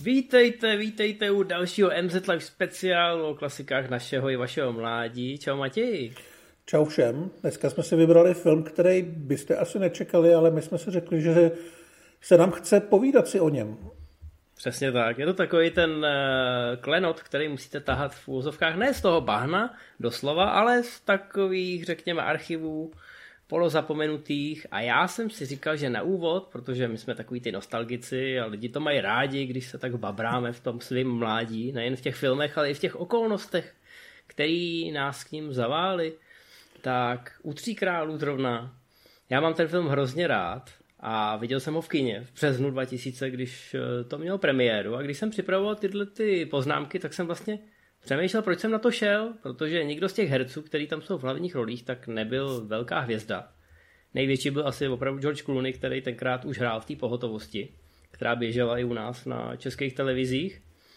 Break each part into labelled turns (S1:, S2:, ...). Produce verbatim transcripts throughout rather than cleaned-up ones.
S1: Vítejte, vítejte u dalšího M Z Live speciálu o klasikách našeho i vašeho mládí. Čau Matěj.
S2: Čau všem. Dneska jsme si vybrali film, který byste asi nečekali, ale my jsme si řekli, že se nám chce povídat si o něm.
S1: Přesně tak. Je to takový ten uh, klenot, který musíte tahat v úzovkách ne z toho bahna doslova, ale z takových, řekněme, archivů polozapomenutých. A já jsem si říkal, že na úvod, protože my jsme takový ty nostalgici a lidi to mají rádi, když se tak babráme v tom svým mládí, nejen v těch filmech, ale i v těch okolnostech, který nás k ním zavály. Tak u Tří králů zrovna. Já mám ten film hrozně rád a viděl jsem ho v kině v březnu dva tisíce, když to mělo premiéru. A když jsem připravoval tyhle ty poznámky, tak jsem vlastně přemýšlel, proč jsem na to šel, protože nikdo z těch herců, který tam jsou v hlavních rolích, tak nebyl velká hvězda. Největší byl asi opravdu George Clooney, který tenkrát už hrál v té Pohotovosti, která běžela i u nás na českých televizích.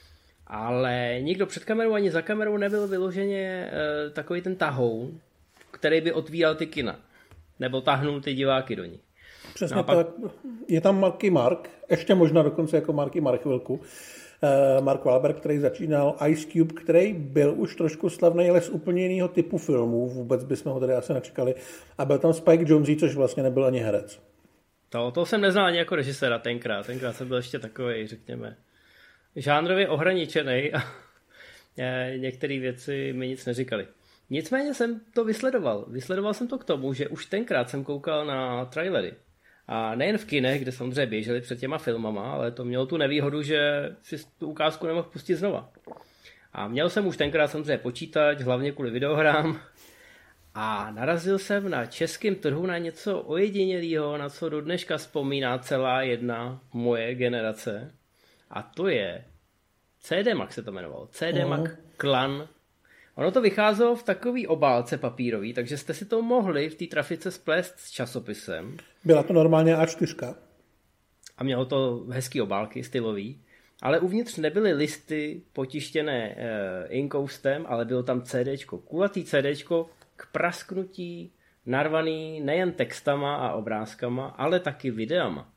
S1: Ale nikdo před kamerou ani za kamerou nebyl vyloženě e, takový ten tahoun, který by otvíral ty kina. Nebo tahnul ty diváky do ní.
S2: Přesně
S1: no
S2: pak... tak. Je tam Marky Mark, ještě možná dokonce jako Marky Mark chvilku. Mark Wahlberg, který začínal, Ice Cube, který byl už trošku slavný, ale z úplně jiného typu filmů. Vůbec bychom ho tady asi nečekali. A byl tam Spike Jonze, což vlastně nebyl ani herec.
S1: To, to jsem neznal ani jako režiséra tenkrát. Tenkrát jsem byl ještě takový, řekněme, žánrově ohraničený a některé věci mi nic neříkali. Nicméně jsem to vysledoval. Vysledoval jsem to k tomu, že už tenkrát jsem koukal na trailery. A nejen v kinech, kde samozřejmě běželi před těma filmama, ale to mělo tu nevýhodu, že si tu ukázku nemohl pustit znova. A měl jsem už tenkrát samozřejmě počítač, hlavně kvůli videohrám. A narazil jsem na českém trhu na něco ojedinělého, na co do dneška vzpomíná celá jedna moje generace. A to je C D Max se to jmenovalo. C D Max Klan. Ono to vycházelo v takový obálce papírový, takže jste si to mohli v té trafice splést s časopisem.
S2: Byla to normálně A čtyři.
S1: A mělo to hezký obálky, stylový. Ale uvnitř nebyly listy potištěné e, inkoustem, ale bylo tam CDčko. Kulatý CDčko k prasknutí, narvaný nejen textama a obrázkama, ale taky videama.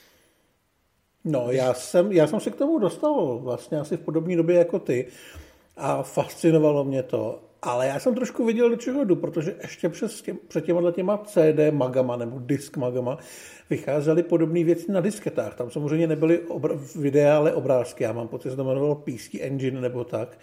S2: No, já jsem, já jsem se k tomu dostal vlastně asi v podobné době jako ty. A fascinovalo mě to. Ale já jsem trošku viděl, do čeho jdu, protože ještě přes tě, před těma těma C D magama nebo disk magama vycházely podobné věci na disketách. Tam samozřejmě nebyly obr- videa, ale obrázky. Já mám pocit, že se to jmenovalo P C Engine nebo tak.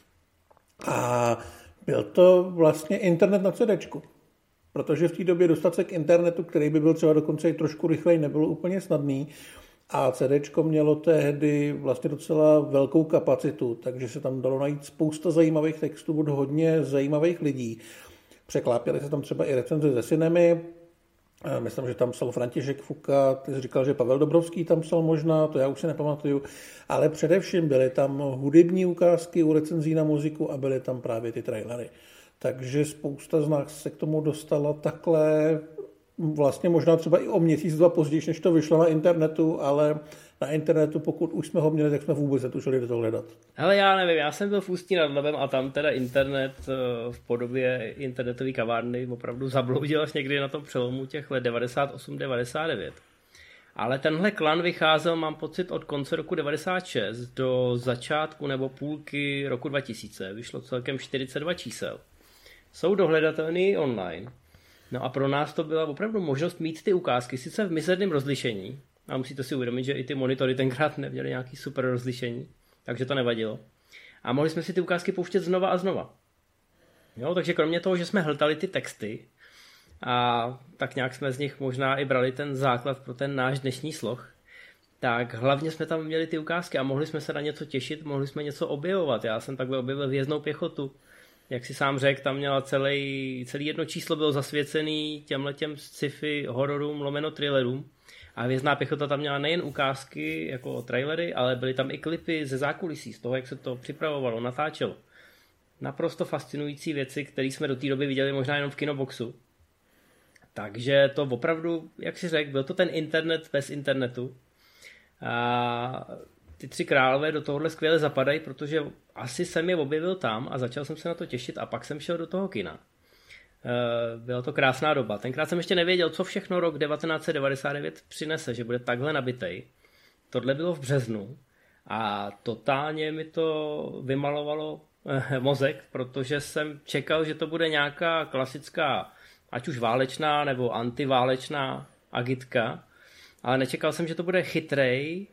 S2: A byl to vlastně internet na CDčku. Protože v té době dostat se k internetu, který by byl třeba dokonce i trošku rychleji, nebylo úplně snadný. A CDčko mělo tehdy vlastně docela velkou kapacitu, takže se tam dalo najít spousta zajímavých textů od hodně zajímavých lidí. Překlápěly se tam třeba i recenze ze cinemy. Myslím, že tam psal František Fuka, ty jsi říkal, že Pavel Dobrovský tam psal možná, to já už si nepamatuju, ale především byly tam hudební ukázky u recenzí na muziku a byly tam právě ty trailery. Takže spousta z nás se k tomu dostala takhle vlastně možná třeba i o měsíc, dva později, než to vyšlo na internetu, ale na internetu, pokud už jsme ho měli, tak jsme vůbec netušili do toho hledat.
S1: Hele, já nevím, já jsem byl v Ústí nad Labem a tam teda internet v podobě internetové kavárny opravdu zabloudil až někdy na tom přelomu těch let devadesát osm devadesát devět. Ale tenhle klan vycházel, mám pocit, od konce roku devadesát šest do začátku nebo půlky roku dva tisíce. Vyšlo celkem čtyřicet dva čísel. Jsou dohledatelný online. No a pro nás to byla opravdu možnost mít ty ukázky, sice v mizerném rozlišení, a musíte si uvědomit, že i ty monitory tenkrát neměly nějaký super rozlišení, takže to nevadilo. A mohli jsme si ty ukázky pouštět znova a znova. Jo, takže kromě toho, že jsme hltali ty texty, a tak nějak jsme z nich možná i brali ten základ pro ten náš dnešní sloh, tak hlavně jsme tam měli ty ukázky a mohli jsme se na něco těšit, mohli jsme něco objevovat. Já jsem takhle objevil Hvězdnou pěchotu. Jak si sám řekl, tam měla celý, celý jedno číslo bylo zasvěcený těmhletěm sci-fi hororům, lomeno thrillerům. A Hvězdná pěchota tam měla nejen ukázky jako trailery, ale byly tam i klipy ze zákulisí, z toho, jak se to připravovalo, natáčelo. Naprosto fascinující věci, které jsme do té doby viděli možná jenom v kinoboxu. Takže to opravdu, jak si řekl, byl to ten internet bez internetu. A ty Tři králové do tohohle skvěle zapadají, protože asi jsem je objevil tam a začal jsem se na to těšit a pak jsem šel do toho kina. Byla to krásná doba. Tenkrát jsem ještě nevěděl, co všechno rok devatenáct set devadesát devět přinese, že bude takhle nabitej. Tohle bylo v březnu A totálně mi to vymalovalo mozek, protože jsem čekal, že to bude nějaká klasická, ať už válečná nebo antiválečná agitka, ale nečekal jsem, že to bude chytrej,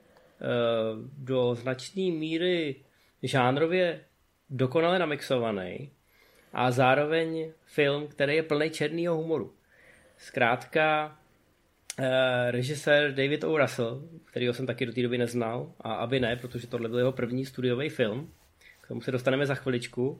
S1: do značné míry žánrově dokonale namixovaný a zároveň film, který je plný černýho humoru. Zkrátka režisér David O. Russell, kterýho jsem taky do té doby neznal, a aby ne, protože tohle byl jeho první studiový film, k tomu se dostaneme za chviličku,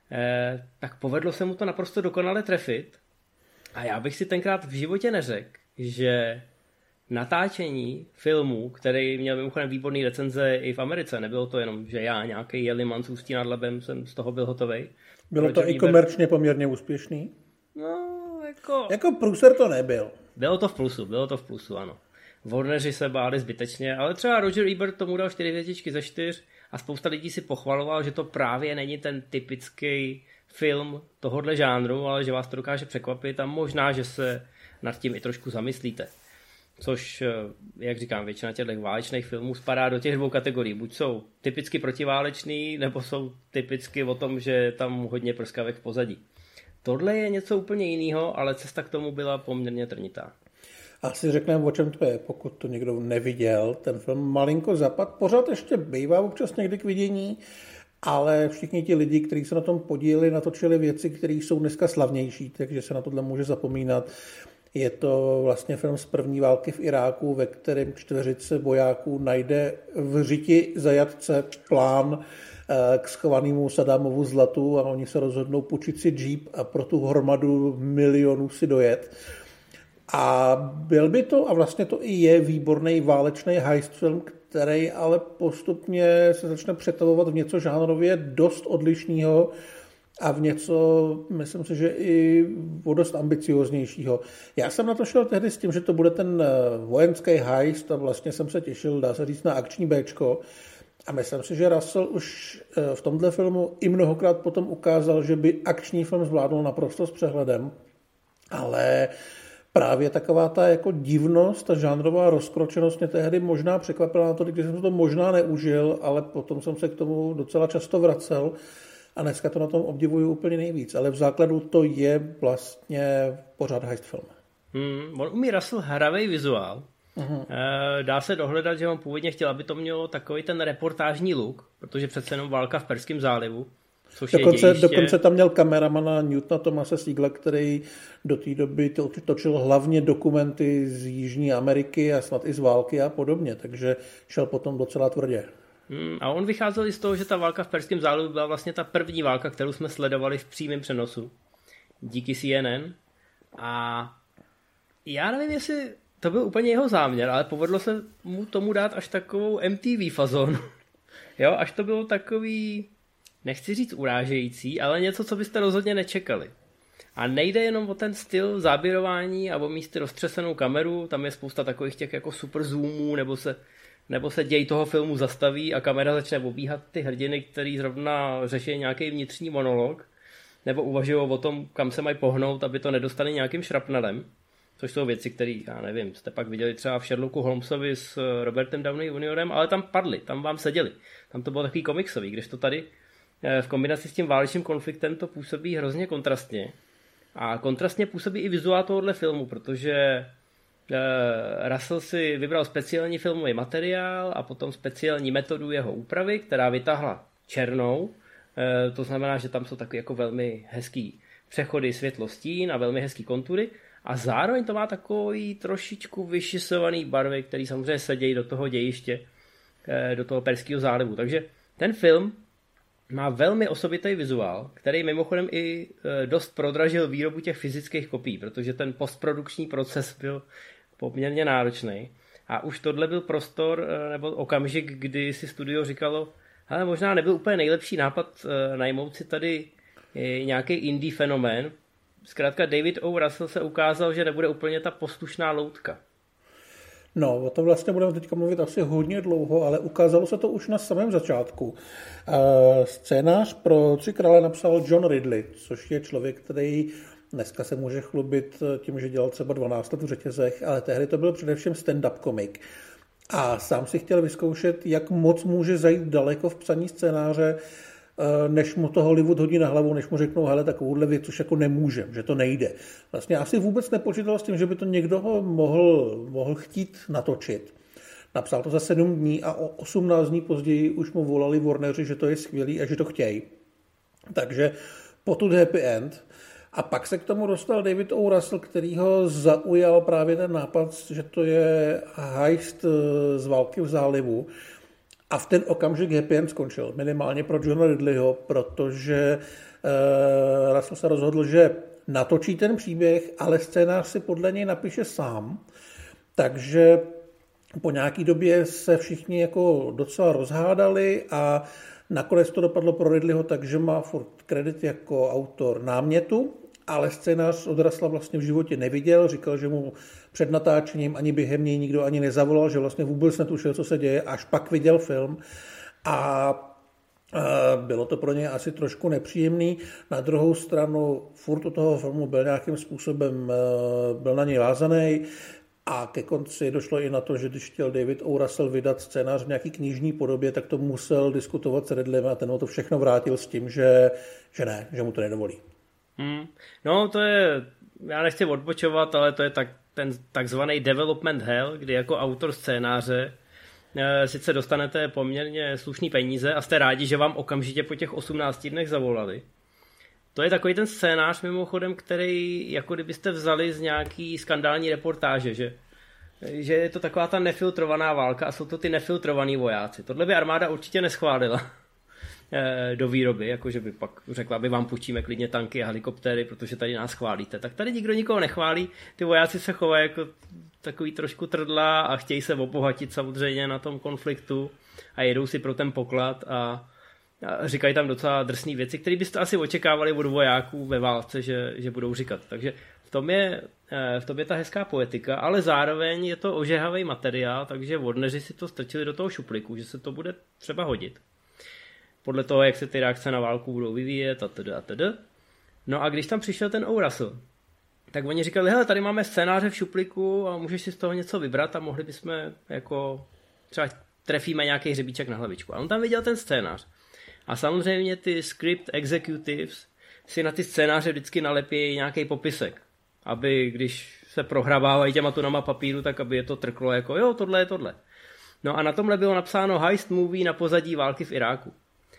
S1: tak povedlo se mu to naprosto dokonale trefit a já bych si tenkrát v životě neřekl, že natáčení filmu, který měl mimochodem výborný recenze i v Americe, nebylo to jenom, že já nějaký Jeliman s Ústí nad Labem jsem z toho byl hotovej.
S2: Bylo to i komerčně poměrně úspěšný?
S1: No, jako...
S2: Jako průser to nebyl.
S1: Bylo to v plusu, bylo to v plusu, ano. Warneri se báli zbytečně, ale třeba Roger Ebert tomu dal čtyři hvězdičky ze čtyř a spousta lidí si pochvaloval, že to právě není ten typický film tohohle žánru, ale že vás to dokáže překvapit a možná, že se nad tím i trošku zamyslíte. Což, jak říkám, většina těchto válečných filmů spadá do těch dvou kategorií. Buď jsou typicky protiválečný, nebo jsou typicky o tom, že je tam hodně prskavek v pozadí. Tohle je něco úplně jiného, ale cesta k tomu byla poměrně trnitá.
S2: Asi řekneme, o čem to je, pokud to někdo neviděl. Ten film malinko zapad, pořád ještě bývá občas někdy k vidění, ale všichni ti lidi, kteří se na tom podíleli, natočili věci, které jsou dneska slavnější, takže se na tohle může zapomínat. Je to vlastně film z první války v Iráku, ve kterém čtveřice vojáků najde v řiti zajatce plán k schovanému Saddamovu zlatu a oni se rozhodnou půjčit si džíp a pro tu hromadu milionů si dojet. A byl by to, a vlastně to i je, výborný válečný heist film, který ale postupně se začne přetavovat v něco žánrově dost odlišného a v něco, myslím si, že i o dost ambicioznějšího. Já jsem na to šel tehdy s tím, že to bude ten vojenský heist a vlastně jsem se těšil, dá se říct, na akční béčko. A myslím si, že Russell už v tomhle filmu i mnohokrát potom ukázal, že by akční film zvládnul naprosto s přehledem. Ale právě taková ta jako divnost, ta žánrová rozkročenost mě tehdy možná překvapila na to, když jsem to možná neužil, ale potom jsem se k tomu docela často vracel a dneska to na tom obdivuju úplně nejvíc. Ale v základu to je vlastně pořád heist film.
S1: Hmm, on umí Russell hravej vizuál. Uhum. Dá se dohledat, že on původně chtěl, aby to mělo takový ten reportážní look, protože přece jenom válka v Perském zálivu. Což
S2: dokonce,
S1: je dějiště...
S2: dokonce tam měl kameramana Newtona Thomase Siegela, který do té doby točil hlavně dokumenty z Jižní Ameriky a snad i z války a podobně, takže šel potom docela tvrdě.
S1: Hmm, a on vycházel i z toho, že ta válka v Perském zálivu byla vlastně ta první válka, kterou jsme sledovali v přímém přenosu díky C N N. A já nevím, jestli to byl úplně jeho záměr, ale povedlo se mu tomu dát až takovou M T V fazonu. Jo, až to bylo takový, nechci říct urážející, ale něco, co byste rozhodně nečekali. A nejde jenom o ten styl záběrování a o místy roztřesenou kameru, tam je spousta takových těch jako super zoomů, nebo se, nebo se děj toho filmu zastaví a kamera začne obíhat ty hrdiny, který zrovna řeší nějaký vnitřní monolog, nebo uvažují o tom, kam se mají pohnout, aby to nedostali nějakým šrapnelem. Což jsou věci, které, já nevím, jste pak viděli třeba v Sherlocku Holmesovi s Robertem Downey juniorem, ale tam padli, tam vám seděli. Tam to bylo takový komiksový, když to tady v kombinaci s tím válečným konfliktem to působí hrozně kontrastně. A kontrastně působí i vizuál tohohle filmu, protože Russell si vybral speciální filmový materiál a potom speciální metodu jeho úpravy, která vytáhla černou. To znamená, že tam jsou taky jako velmi hezký přechody světlo-stín a velmi hezký kontury. A zároveň to má takový trošičku vyšisovaný barvy, který samozřejmě sedějí do toho dějiště, do toho Perského zálivu. Takže ten film má velmi osobitý vizuál, který mimochodem i dost prodražil výrobu těch fyzických kopií, protože ten postprodukční proces byl poměrně náročný. A už tohle byl prostor, nebo okamžik, kdy si studio říkalo, ale možná nebyl úplně nejlepší nápad najmout si tady nějaký indie fenomén. Zkrátka David O. Russell se ukázal, že nebude úplně ta poslušná loutka.
S2: No, o tom vlastně budeme teďka mluvit asi hodně dlouho, ale ukázalo se to už na samém začátku. Scénář pro Tři krále napsal John Ridley, což je člověk, který dneska se může chlubit tím, že dělal třeba dvanáct let v řetězech, ale tehdy to byl především stand-up komik. a sám si chtěl vyzkoušet, jak moc může zajít daleko v psaní scénáře, než mu to Hollywood hodí na hlavu, než mu řeknou, hele, takovouhle věc, což jako nemůžem, že to nejde. Vlastně asi vůbec nepočítal s tím, že by to někdo ho mohl, mohl chtít natočit. Napsal to za sedm dní a o osmnáct dní později už mu volali Warneri, že to je skvělý a že to chtějí. Takže potud happy end. A pak se k tomu dostal David O. Russell, který ho zaujal právě ten nápad, že to je heist z války v zálivu. A v ten okamžik happy end skončil, minimálně pro Johna Ridleyho, protože uh, Russell se rozhodl, že natočí ten příběh, ale scénář si podle něj napíše sám. Takže po nějaký době se všichni jako docela rozhádali a nakonec to dopadlo pro Ridleyho, takže má furt kredit jako autor námětu, ale scénář od Russella vlastně v životě neviděl, říkal, že mu před natáčením ani během něj nikdo ani nezavolal, že vlastně vůbec netušil, co se děje, až pak viděl film a bylo to pro ně asi trošku nepříjemný. Na druhou stranu furt u toho filmu byl nějakým způsobem, byl na něj vázaný a ke konci došlo i na to, že když chtěl David O. Russell vydat scénář v nějaký knižní podobě, tak to musel diskutovat s Ridleyem a ten ho to všechno vrátil s tím, že, že ne, že mu to nedovolí.
S1: Hmm. No to je, já nechci odbočovat, ale to je tak, ten takzvaný development hell, kdy jako autor scénáře e, sice dostanete poměrně slušný peníze a jste rádi, že vám okamžitě po těch osmnácti dnech zavolali. To je takový ten scénář mimochodem, který jako kdybyste vzali z nějaký skandální reportáže, že, že je to taková ta nefiltrovaná válka a jsou to ty nefiltrovaný vojáci. Tohle by armáda určitě neschválila do výroby, jakože by pak řekla, aby vám půjčíme klidně tanky a helikoptéry, protože tady nás chválíte. Tak tady nikdo nikoho nechválí, ty vojáci se chovají jako takový trošku trdla a chtějí se obohatit samozřejmě na tom konfliktu a jedou si pro ten poklad a, a říkají tam docela drsné věci, které byste asi očekávali od vojáků ve válce, že, že budou říkat. Takže v tom, je, v tom je ta hezká poetika, ale zároveň je to ožehavý materiál, takže Warneri si to strčili do toho šuplíku, že se to bude třeba hodit. Podle toho, jak se ty reakce na válku budou vyvíjet a tedy a tedy. No a když tam přišel ten O. Russell, tak oni říkali, hele, tady máme scénáře v šuplíku a můžeš si z toho něco vybrat a mohli bychom jako třeba trefíme nějaký hřebíček na hlavičku. A on tam viděl ten scénář. A samozřejmě ty script executives si na ty scénáře vždycky nalepí nějaký popisek, aby když se prohrávají těma tunama papíru, tak aby je to trklo jako jo, tohle je tohle. No a na tomhle bylo napsáno heist movie na pozadí války v Iráku.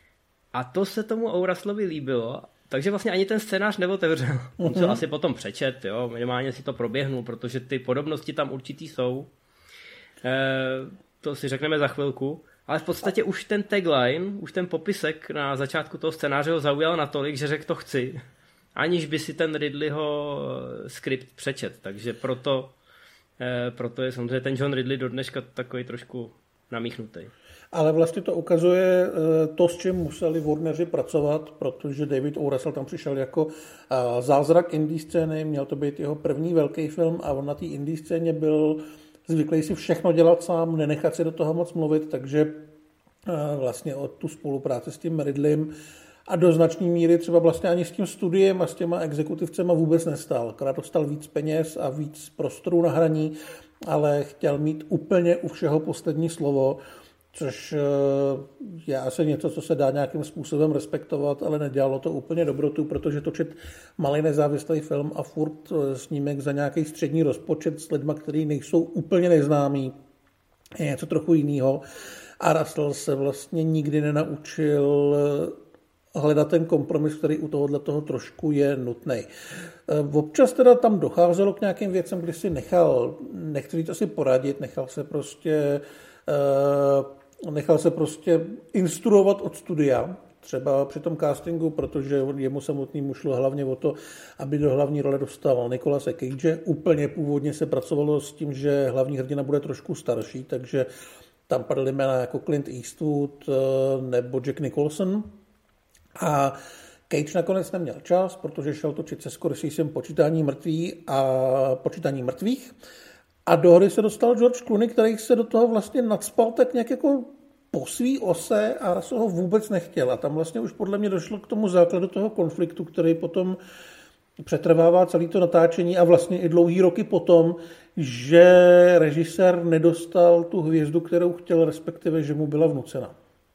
S1: A to se tomu O. Russellovi líbilo, takže vlastně ani ten scénář neotevřel. On se asi potom přečet, jo, minimálně si to proběhnul, protože ty podobnosti tam určitý jsou. E, to si řekneme za chvilku. Ale v podstatě už ten tagline, už ten popisek na začátku toho scénáře ho zaujal natolik, že řekl to chci, aniž by si ten Ridleyho skript přečet. Takže proto, e, proto je samozřejmě ten John Ridley do dneška takový trošku namíchnutý.
S2: Ale vlastně to ukazuje to, s čím museli Warneri pracovat, protože David O. Russell tam přišel jako zázrak indie scény, měl to být jeho první velký film a on na té indie scéně byl zvyklý si všechno dělat sám, nenechat si do toho moc mluvit, takže vlastně o tu spolupráci s tím Ridleym a do značné míry třeba vlastně ani s tím studiem a s těma exekutivcema vůbec nestál. Akorát dostal víc peněz a víc prostorů na hraní, ale chtěl mít úplně u všeho poslední slovo, což je asi něco, co se dá nějakým způsobem respektovat, ale nedělalo to úplně dobrotu, protože točit malý nezávislý film a furt snímek za nějaký střední rozpočet s lidma, kteří nejsou úplně neznámí, je něco trochu jiného. A Russell se vlastně nikdy nenaučil hledat ten kompromis, který u tohohle toho trošku je nutný. Občas teda tam docházelo k nějakým věcem, kdy si nechal, nechci říct asi poradit, nechal se prostě nechal se prostě instruovat od studia, třeba při tom castingu, protože jemu samotnému šlo hlavně o to, aby do hlavní role dostával Nicolase Cage. Úplně původně se pracovalo s tím, že hlavní hrdina bude trošku starší, takže tam padly jména jako Clint Eastwood nebo Jack Nicholson. A Cage nakonec neměl čas, protože šel točit se Scorsesem Počítání mrtvých a Počítání mrtvých. A do hry se dostal George Clooney, který se do toho vlastně nadspal tak nějak jako po svý ose a Russell ho vůbec nechtěl. A tam vlastně už podle mě došlo k tomu základu toho konfliktu, který potom přetrvává celé to natáčení a vlastně i dlouhý roky potom, že režisér nedostal tu hvězdu, kterou chtěl, respektive, že mu byla vnucena.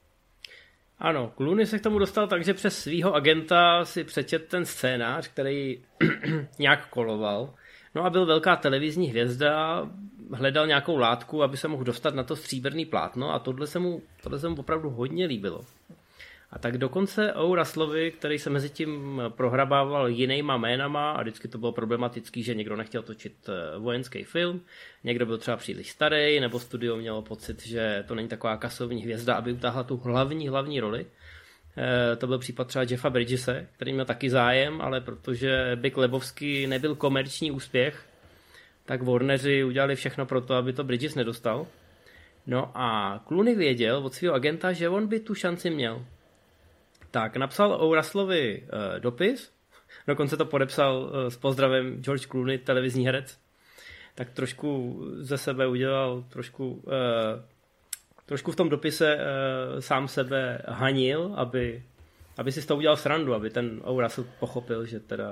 S1: Ano, Clooney se k tomu dostal tak, že přes svýho agenta si přečet ten scénář, který nějak koloval. No a byl velká televizní hvězda, hledal nějakou látku, aby se mohl dostat na to stříbrný plátno a tohle se mu, tohle se mu opravdu hodně líbilo. A tak dokonce O. Russellovi, který se mezi tím prohrabával jinýma jménama a vždycky to bylo problematický, že někdo nechtěl točit vojenský film, někdo byl třeba příliš starý, nebo studio mělo pocit, že to není taková kasovní hvězda, aby utáhla tu hlavní, hlavní roli. E, to byl případ třeba Jeffa Bridgese, který měl taky zájem, ale protože Big Lebowski nebyl komerční úspěch, tak Warneri udělali všechno pro to, aby to Bridges nedostal. No a Clooney věděl od svého agenta, že on by tu šanci měl. Tak napsal O. Russellovi uh, dopis, dokonce to podepsal uh, s pozdravem George Clooney, televizní herec, tak trošku ze sebe udělal, trošku, uh, trošku v tom dopise uh, sám sebe hanil, aby, aby si z toho udělal srandu, aby ten O. Russell pochopil, že teda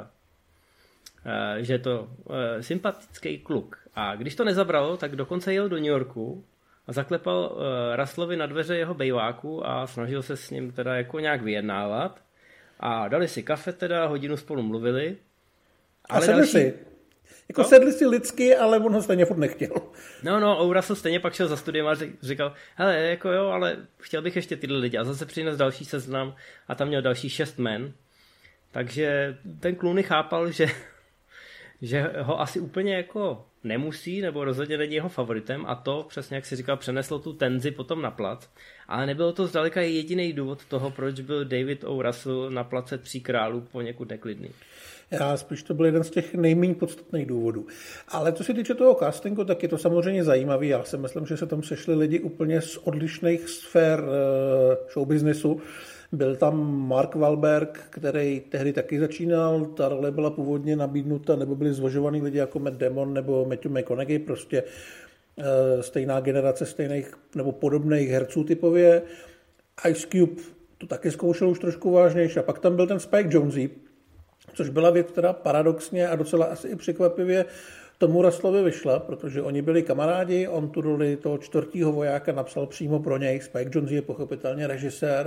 S1: uh, že je to uh, sympatický kluk. A když to nezabralo, tak dokonce jel do New Yorku a zaklepal uh, Russellovi na dveře jeho bejváku a snažil se s ním teda jako nějak vyjednávat. A dali si kafe teda, hodinu spolu mluvili.
S2: A ale sedli další... si. Jako no? sedli si lidsky, ale on ho stejně furt nechtěl.
S1: No, no, O. Russell stejně pak šel za studiem a říkal, hele, jako jo, ale chtěl bych ještě tyhle lidi. A zase přines další seznam a tam měl další šest men. Takže ten Clooney chápal, že, že ho asi úplně jako nemusí, nebo rozhodně není jeho favoritem a to, přesně jak si říkal, přeneslo tu tenzi potom na plac, ale nebylo to zdaleka jediný důvod toho, proč byl David O. Russell na place Tří králů poněkud neklidný.
S2: Já spíš to byl jeden z těch nejméně podstatných důvodů. Ale co se týče toho castingu, tak je to samozřejmě zajímavý. Já si myslím, že se tam sešli lidi úplně z odlišných sfér showbiznesu. Byl tam Mark Wahlberg, který tehdy taky začínal, ta role byla původně nabídnuta, nebo byli zvažovaný lidi jako Matt Damon nebo Matthew McConaughey, prostě e, stejná generace stejných nebo podobných herců typově. Ice Cube to taky zkoušel už trošku vážnější. A pak tam byl ten Spike Jonze, což byla věc, která paradoxně a docela asi i překvapivě tomu Russellovi vyšla, protože oni byli kamarádi, on tu roli toho čtvrtého vojáka napsal přímo pro něj. Spike Jonze je pochopitelně režisér,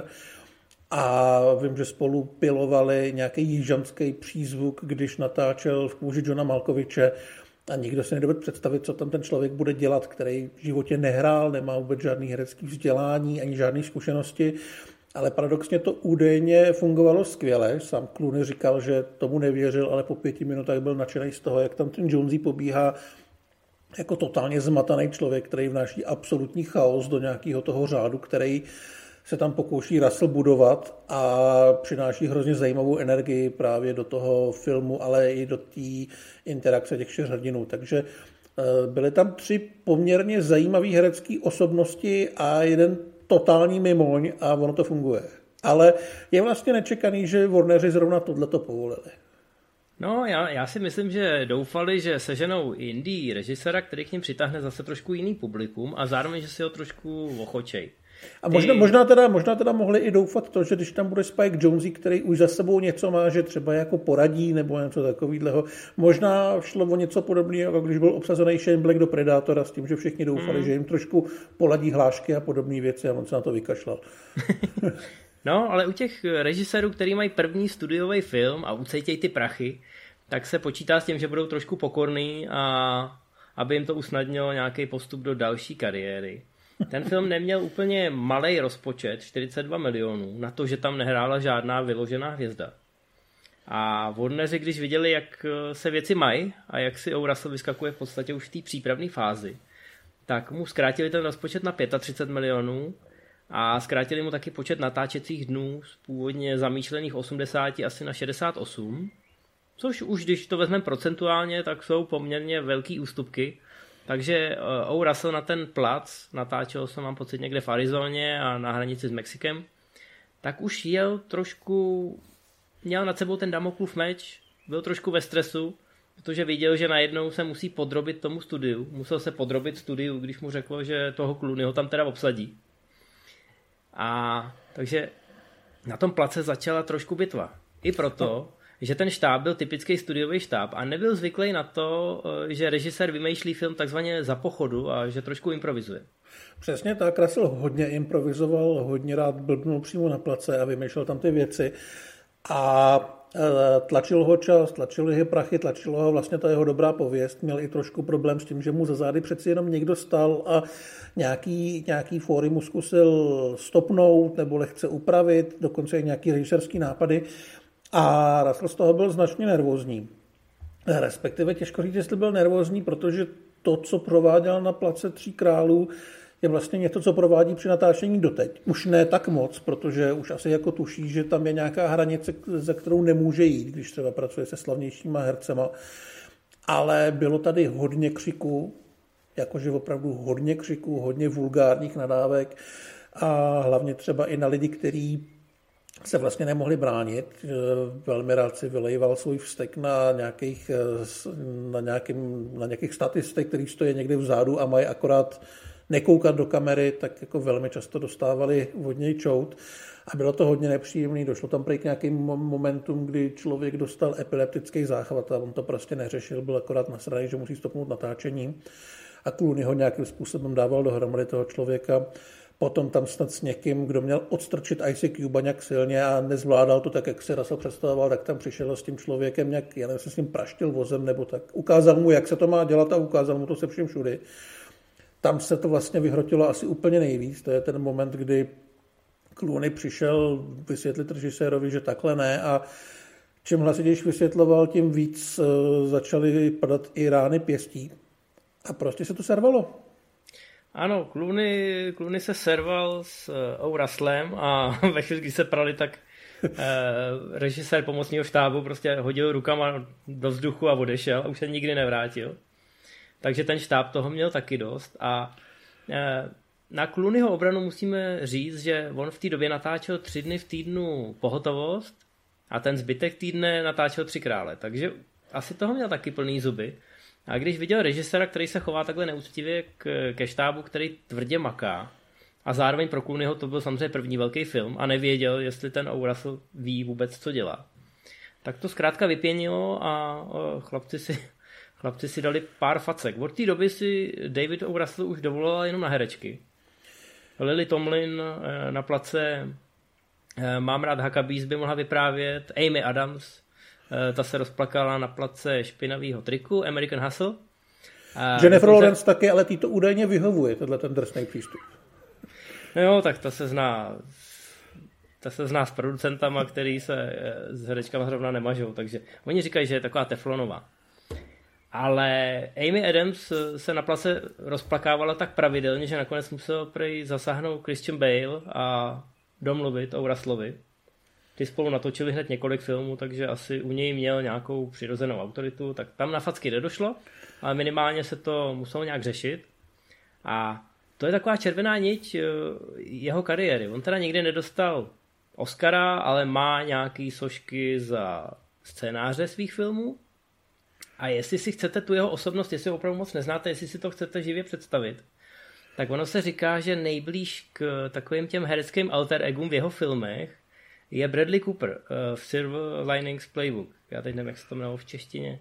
S2: a vím, že spolu pilovali nějaký jižanský přízvuk, když natáčel v kůži Johna Malkoviče a nikdo si nedovedl představit, co tam ten člověk bude dělat, který v životě nehrál, nemá vůbec žádný herecký vzdělání ani žádné zkušenosti, ale paradoxně to údajně fungovalo skvěle. Sám Clooney říkal, že tomu nevěřil, ale po pěti minutách byl nadšený z toho, jak tam ten Jonze pobíhá jako totálně zmataný člověk, který vnáší absolutní chaos do nějakého toho řádu, který se tam pokouší Russell budovat a přináší hrozně zajímavou energii právě do toho filmu, ale i do té interakce těch čtyř hrdinů. Takže byly tam tři poměrně zajímavé herecké osobnosti a jeden totální mimoň a ono to funguje. Ale je vlastně nečekaný, že Warneri zrovna tohleto povolili.
S1: No, já, já si myslím, že doufali, že seženou indie režisera, který k ním přitáhne zase trošku jiný publikum a zároveň, že si ho trošku ochočej.
S2: A možná, možná, teda, možná teda mohli i doufat to, že když tam bude Spike Jonze, který už za sebou něco má, že třeba jako poradí nebo něco takového. Možná šlo o něco podobného, jako když byl obsazený Shane Black do Predátora s tím, že všichni doufali, mm. že jim trošku poladí hlášky a podobné věci a on se na to vykašlal.
S1: No, ale u těch režisérů, který mají první studiový film a ucejtějí ty prachy, tak se počítá s tím, že budou trošku pokorný a aby jim to usnadnilo nějaký postup do další kariéry. Ten film neměl úplně malej rozpočet, čtyřicet dva milionů, na to, že tam nehrála žádná vyložená hvězda. A Warneri, když viděli, jak se věci mají a jak si O. Russell vyskakuje v podstatě už v té přípravné fázi, tak mu zkrátili ten rozpočet na třicet pět milionů a zkrátili mu taky počet natáčecích dnů z původně zamýšlených osmdesáti asi na šedesát osm, což už když to vezmeme procentuálně, tak jsou poměrně velký ústupky. Takže O. Russell na ten plac, natáčel jsem, mám pocit, někde v Arizoně a na hranici s Mexikem, tak už jel trošku, měl nad sebou ten Damoklův meč, byl trošku ve stresu, protože viděl, že najednou se musí podrobit tomu studiu. Musel se podrobit studiu, když mu řeklo, že toho Clooneyho tam teda obsadí. A takže na tom place začala trošku bitva. I proto, že ten štáb byl typický studiový štáb a nebyl zvyklý na to, že režisér vymýšlí film takzvaně za pochodu a že trošku improvizuje.
S2: Přesně tak, Russell hodně improvizoval, hodně rád blbnul přímo na place a vymýšlel tam ty věci. A tlačil ho čas, tlačil jeho prachy, tlačilo ho vlastně ta jeho dobrá pověst. Měl i trošku problém s tím, že mu za zády přeci jenom někdo stal a nějaký, nějaký fóry mu zkusil stopnout nebo lehce upravit, dokonce i nějaký režisérský nápady. A Russell z toho byl značně nervózní. Respektive těžko říct, jestli byl nervózní, protože to, co prováděl na place Tří králů, je vlastně něco, co provádí při natáčení doteď. Už ne tak moc, protože už asi jako tuší, že tam je nějaká hranice, za kterou nemůže jít, když třeba pracuje se slavnějšíma hercema. Ale bylo tady hodně křiku, jakože opravdu hodně křiku, hodně vulgárních nadávek a hlavně třeba i na lidi, kteří se vlastně nemohli bránit. Velmi rád si vylejval svůj vztek na nějakých, na nějakým, na nějakých statistech, který stojí někde vzadu a mají akorát nekoukat do kamery, tak jako velmi často dostávali od něj čout a bylo to hodně nepříjemné. Došlo tam prý k nějakým momentům, kdy člověk dostal epileptický záchvat a on to prostě neřešil, byl akorát nasraný, že musí stopnout natáčení a Clooney ho nějakým způsobem dával dohromady toho člověka. Potom tam snad s někým, kdo měl odstrčit Ice Cube nějak silně a nezvládal to tak, jak si Russell představoval, tak tam přišel s tím člověkem nějak, já nevím, se s ním praštil vozem nebo tak. Ukázal mu, jak se to má dělat a ukázal mu to se všem všudy. Tam se to vlastně vyhrotilo asi úplně nejvíc. To je ten moment, kdy Clooney přišel vysvětlit režisérovi, že takhle ne a čím hlasitěji vysvětloval, tím víc začaly padat i rány pěstí. A prostě se to servalo.
S1: Ano, Clooney, Clooney se serval s uh, Russellem a ve chvíli, kdy se prali, tak uh, režisér pomocného štábu prostě hodil rukama do vzduchu a odešel a už se nikdy nevrátil. Takže ten štáb toho měl taky dost a uh, na Clooneyho obranu musíme říct, že on v té době natáčel tři dny v týdnu Pohotovost a ten zbytek týdne natáčel Tři krále, takže asi toho měl taky plný zuby. A když viděl režiséra, který se chová takhle neúctivě k, ke štábu, který tvrdě maká, a zároveň pro Clooneyho to byl samozřejmě první velký film a nevěděl, jestli ten O. Russell ví vůbec, co dělá, tak to zkrátka vypěnilo a o, chlapci, si, chlapci si dali pár facek. Od té doby si David O. Russell už dovoloval jenom na herečky. Lily Tomlin na place Mám rád Huckabees by mohla vyprávět, Amy Adams, ta se rozplakala na place Špinavýho triku, American Hustle. A
S2: Jennifer Lawrence se... taky, ale tý to údajně vyhovuje, tenhle ten drsný přístup.
S1: No jo, tak ta se zná ta se zná s producentama, který se s herečkama zrovna nemažou, takže oni říkají, že je taková teflonová. Ale Amy Adams se na place rozplakávala tak pravidelně, že nakonec musel prej zasáhnout Christian Bale a domluvit o Russellovi. Ty spolu natočili hned několik filmů, takže asi u něj měl nějakou přirozenou autoritu, tak tam na facky nedošlo, ale minimálně se to muselo nějak řešit. A to je taková červená niť jeho kariéry. On teda nikdy nedostal Oscara, ale má nějaký sošky za scénáře svých filmů. A jestli si chcete tu jeho osobnost, jestli ho opravdu moc neznáte, jestli si to chcete živě představit, tak ono se říká, že nejblíž k takovým těm hereckým alter egům v jeho filmech je Bradley Cooper v Silver Linings Playbook. Já teď nevím, jak se to jmenovalo v češtině.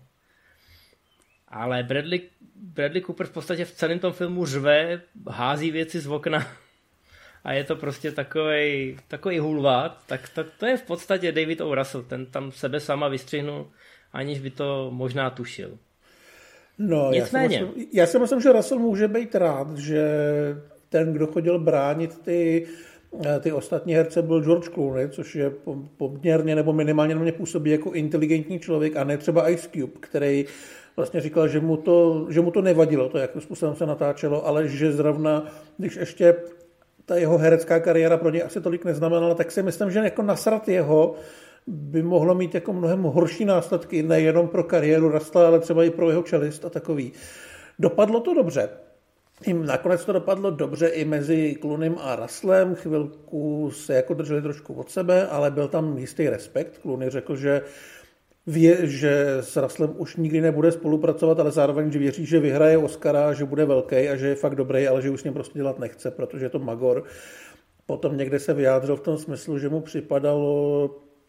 S1: Ale Bradley, Bradley Cooper v podstatě v celém tom filmu řve, hází věci z okna a je to prostě takovej, takovej hulvát. Tak to, to je v podstatě David O. Russell. Ten tam sebe sama vystřihnul, aniž by to možná tušil.
S2: No, Nicméně. Já si, myslím, já si myslím, že Russell může být rád, že ten, kdo chodil bránit ty ty ostatní herce, byl George Clooney, což je poměrně nebo minimálně na mě působí jako inteligentní člověk a ne třeba Ice Cube, který vlastně říkal, že mu to, že mu to nevadilo, to jakým způsobem se natáčelo, ale že zrovna, když ještě ta jeho herecká kariéra pro něj asi tolik neznamenala, tak si myslím, že jako nasrat jeho by mohlo mít jako mnohem horší následky, nejenom pro kariéru Russella, ale třeba i pro jeho čelist a takový. Dopadlo to dobře. Jim nakonec to dopadlo dobře i mezi Clooneym a Russellem. Chvilku se jako drželi trošku od sebe, ale byl tam jistý respekt. Clooney řekl, že ví, že s Russellem už nikdy nebude spolupracovat, ale zároveň, že věří, že vyhraje Oscara, že bude velký a že je fakt dobrý, ale že už s ním prostě dělat nechce, protože je to magor. Potom někde se vyjádřil v tom smyslu, že mu připadalo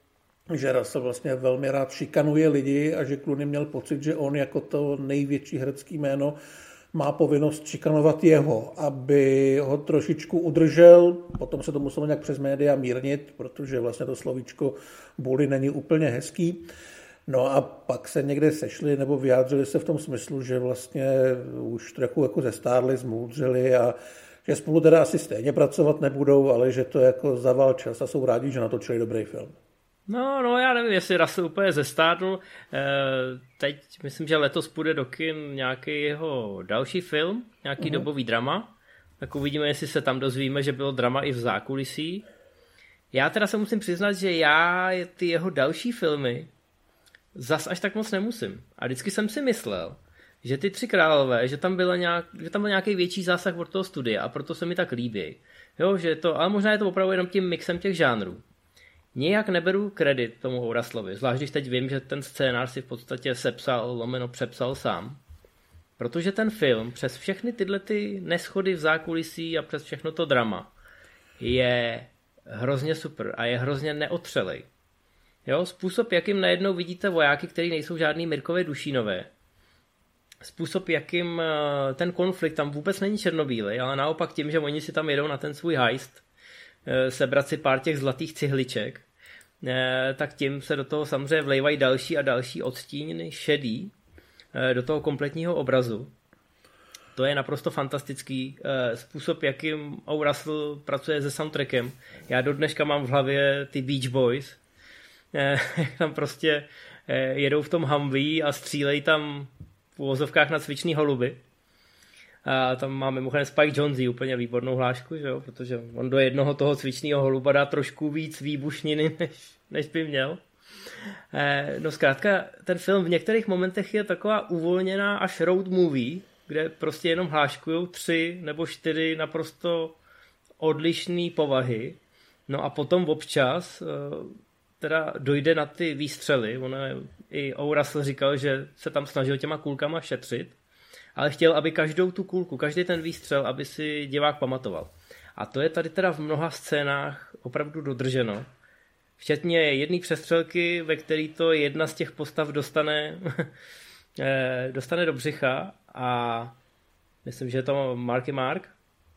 S2: že Russell vlastně velmi rád šikanuje lidi a že Clooney měl pocit, že on jako to největší herecký jméno má povinnost šikanovat jeho, aby ho trošičku udržel, potom se to muselo nějak přes média mírnit, protože vlastně to slovíčko bully není úplně hezký. No a pak se někde sešli nebo vyjádřili se v tom smyslu, že vlastně už trochu jako zestárli, zmoudřeli a že spolu teda asi stejně pracovat nebudou, ale že to jako zaval čas a jsou rádi, že natočili dobrý film.
S1: No, no, já nevím, jestli Russell úplně zestárnul. Teď myslím, že letos půjde do kin nějaký jeho další film, nějaký uh-huh. dobový drama. Tak uvidíme, jestli se tam dozvíme, že bylo drama i v zákulisí. Já teda se musím přiznat, že já ty jeho další filmy zas až tak moc nemusím. A vždycky jsem si myslel, že ty Tři králové, že tam, byla nějak, že tam byl nějaký větší zásah od toho studia a proto se mi tak líbí. Jo, že to, ale možná je to opravdu jenom tím mixem těch žánrů. Nijak neberu kredit tomu Russellovi, zvlášť když teď vím, že ten scénář si v podstatě sepsal, lomeno přepsal sám. Protože ten film přes všechny tyhle ty neschody v zákulisí a přes všechno to drama je hrozně super a je hrozně neotřelej. Jo, způsob, jakým najednou vidíte vojáky, který nejsou žádný Mirkové Dušínové. Způsob, jakým ten konflikt tam vůbec není černobílý, ale naopak tím, že oni si tam jedou na ten svůj heist, sebrat si pár těch zlatých cihliček, tak tím se do toho samozřejmě vlejvají další a další odstíny šedý do toho kompletního obrazu. To je naprosto fantastický způsob, jakým O. Russell pracuje se soundtrackem. Já do dneška mám v hlavě ty Beach Boys, tam prostě jedou v tom Humvee a střílejí tam v uvozovkách na cvičný holuby. A tam máme mimochodem Spike Jonze úplně výbornou hlášku, že jo? Protože on do jednoho toho cvičného holuba dá trošku víc výbušniny, než, než by měl. Eh, no zkrátka, ten film v některých momentech je taková uvolněná až road movie, kde prostě jenom hláškujou tři nebo čtyři naprosto odlišné povahy. No a potom občas eh, teda dojde na ty výstřely. Ono i O. Russell říkal, že se tam snažil těma kulkama šetřit, ale chtěl, aby každou tu kulku, každý ten výstřel, aby si divák pamatoval. A to je tady teda v mnoha scénách opravdu dodrženo. Včetně jedné přestřelky, ve který to jedna z těch postav dostane, dostane do břicha a myslím, že je to Marky Mark.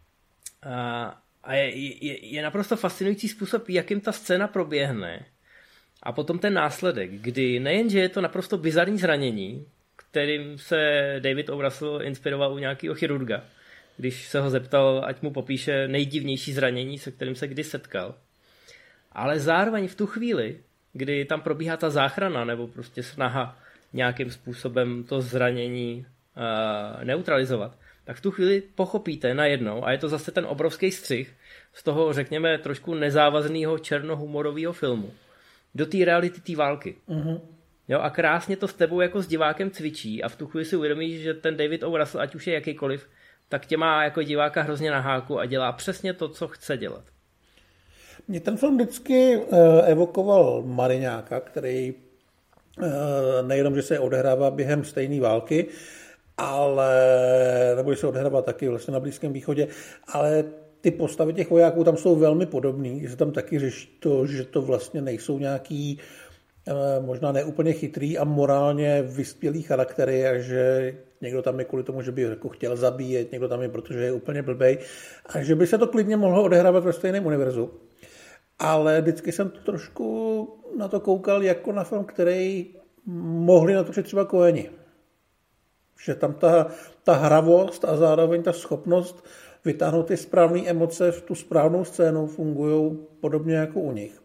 S1: A, a je, je, je naprosto fascinující způsob, jakým ta scéna proběhne. A potom ten následek, kdy nejenže je to naprosto bizarní zranění, kterým se David O. Russell inspiroval u nějakého chirurga, když se ho zeptal, ať mu popíše nejdivnější zranění, se kterým se kdy setkal. Ale zároveň v tu chvíli, kdy tam probíhá ta záchrana nebo prostě snaha nějakým způsobem to zranění uh, neutralizovat, tak v tu chvíli pochopíte najednou, a je to zase ten obrovský střih z toho, řekněme, trošku nezávazného černohumorového filmu do té reality té války. Mm-hmm. Jo, a krásně to s tebou jako s divákem cvičí a v tu chvíli si uvědomíš, že ten David O. Russell, ať už je jakýkoliv, tak tě má jako diváka hrozně na háku a dělá přesně to, co chce dělat.
S2: Mě ten film vždycky evokoval Mariňáka, který nejenom, že se odehrává během stejné války, ale, nebo že se odehrává taky vlastně na Blízkém východě, ale ty postavy těch vojáků tam jsou velmi podobný, že se tam taky řeší to, že to vlastně nejsou nějaký možná neúplně chytrý a morálně vyspělý charaktery a že někdo tam je kvůli tomu, že by jako chtěl zabíjet, někdo tam je, protože je úplně blbej a že by se to klidně mohlo odehrávat ve stejném univerzu. Ale vždycky jsem to trošku na to koukal jako na film, který mohli natočit třeba Coeni. Že tam ta, ta hravost a zároveň ta schopnost vytáhnout ty správné emoce v tu správnou scénu fungují podobně jako u nich.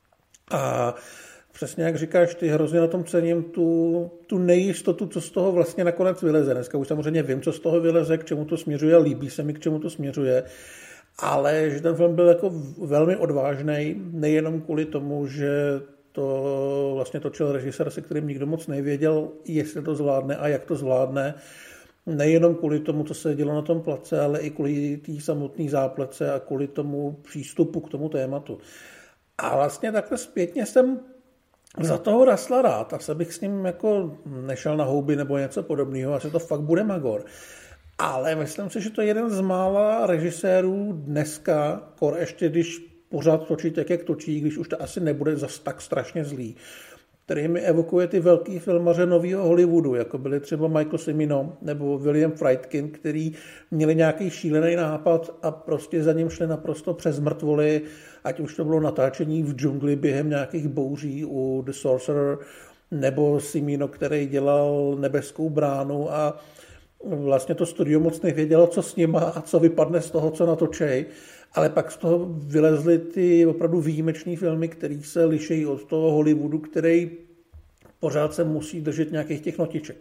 S2: A přesně jak říkáš, ty hrozně na tom cením tu, tu nejistotu, co z toho vlastně nakonec vyleze. Dneska už samozřejmě vím, co z toho vyleze, k čemu to směřuje, líbí se mi, k čemu to směřuje, ale že ten film byl jako velmi odvážný, nejenom kvůli tomu, že to vlastně točil režisér, se kterým nikdo moc nevěděl, jestli to zvládne a jak to zvládne, nejenom kvůli tomu, co se dělo na tom place, ale i kvůli té samotné záplece a kvůli tomu přístupu k tomu tématu. A vlastně takhle zpětně jsem za toho Russella rád, asi bych s ním jako nešel na houby nebo něco podobného, asi to fakt bude magor. Ale myslím si, že to je jeden z mála režisérů dneska, kor ještě když pořád točí tak, jak točí, když už to asi nebude zas tak strašně zlý, který mi evokuje ty velký filmaře nového Hollywoodu, jako byli třeba Michael Cimino nebo William Friedkin, který měli nějaký šílený nápad a prostě za ním šli naprosto přes mrtvoly, ať už to bylo natáčení v džungli během nějakých bouří u The Sorcerer, nebo Cimino, který dělal Nebeskou bránu a vlastně to studio moc nevědělo, co s nima a co vypadne z toho, co natočej, ale pak z toho vylezly ty opravdu výjimečné filmy, které se liší od toho Hollywoodu, který pořád se musí držet nějakých těch notiček.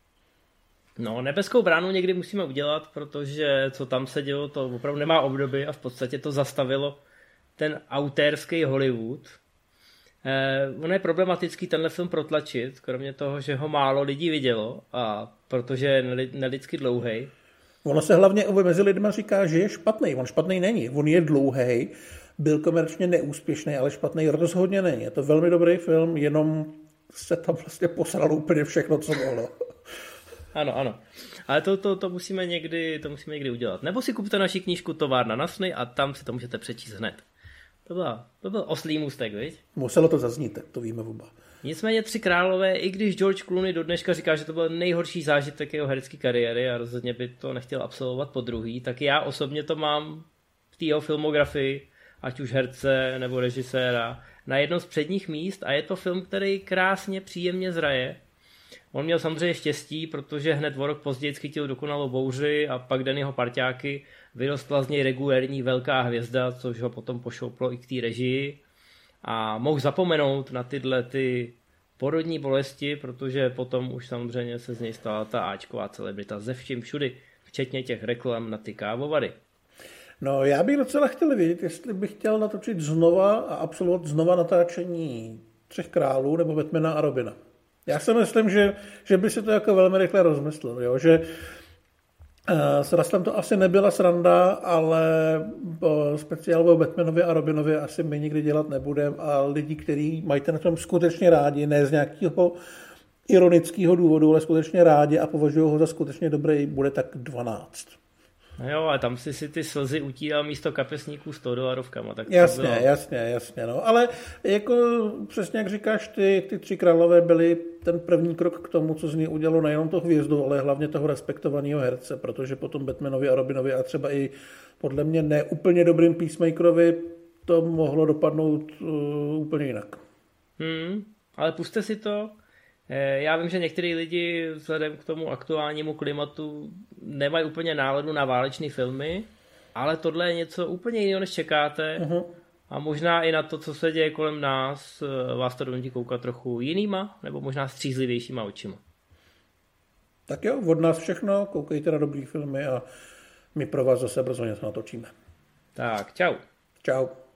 S1: No, Nebeskou bránu někdy musíme udělat, protože co tam se dělo, to opravdu nemá obdoby a v podstatě to zastavilo ten autérský Hollywood. Eh, ono je problematický tenhle film protlačit, kromě toho, že ho málo lidí vidělo a protože je nelidsky dlouhej.
S2: Ono se hlavně mezi lidmi říká, že je špatný. On špatný není. On je dlouhej, byl komerčně neúspěšný, ale špatný rozhodně není. Je to velmi dobrý film, jenom se tam vlastně posralo úplně všechno, co mohlo.
S1: Ano, ano. Ale to, to, to, musíme někdy, to musíme někdy udělat. Nebo si kupte naši knížku Továrna na sny a tam si to můžete přečíst hned. To, byla, to byl oslý můstek, viď?
S2: Muselo to zaznít, to víme oba.
S1: Nicméně Tři králové, i když George Clooney do dneška říká, že to byl nejhorší zážitek jeho herecké kariéry a rozhodně by to nechtěl absolvovat po druhý, tak já osobně to mám v té jeho filmografii, ať už herce nebo režiséra, na jedno z předních míst a je to film, který krásně, příjemně zraje. On měl samozřejmě štěstí, protože hned o rok později chytil Dokonalou bouři a pak den jeho parťáky vyrostla z něj regulérní velká hvězda, což ho potom pošouplo i k té režii. A mohl zapomenout na tyhle ty porodní bolesti, protože potom už samozřejmě se z něj stala ta áčková celebrita ze vším všudy, včetně těch reklam na ty kávovary.
S2: No, já bych docela chtěl vědět, jestli bych chtěl natočit znova a absolvovat znova natáčení Třech králů nebo Batmana a Robina. Já si myslím, že, že by si to jako velmi rychle rozmyslel, jo? Že uh, s Russellem to asi nebyla sranda, ale uh, speciál o Batmanovi a Robinovi asi my nikdy dělat nebudeme a lidi, kteří mají ten film skutečně rádi, ne z nějakého ironického důvodu, ale skutečně rádi a považují ho za skutečně dobrý, bude tak dvanáct.
S1: No jo, ale tam si si ty slzy utíral místo kapesníků sto dolarovkama. Tak
S2: jasně,
S1: bylo...
S2: jasně, jasně. No. Ale jako přesně jak říkáš, ty, ty Tři králové byly ten první krok k tomu, co z ní udělalo nejenom toho hvězdu, ale hlavně toho respektovaného herce, protože potom Batmanovi a Robinovi a třeba i podle mě neúplně dobrým Peacemakerovi to mohlo dopadnout uh, úplně jinak.
S1: Hmm, ale puste si to. Já vím, že některý lidi vzhledem k tomu aktuálnímu klimatu nemají úplně náladu na válečné filmy, ale tohle je něco úplně jiného, než čekáte. Uh-huh. A možná i na to, co se děje kolem nás, vás to donutí koukat trochu jinýma, nebo možná střízlivějšíma očima.
S2: Tak jo, od nás všechno, koukejte na dobrý filmy a my pro vás zase brzo něco natočíme.
S1: Tak, čau.
S2: Čau.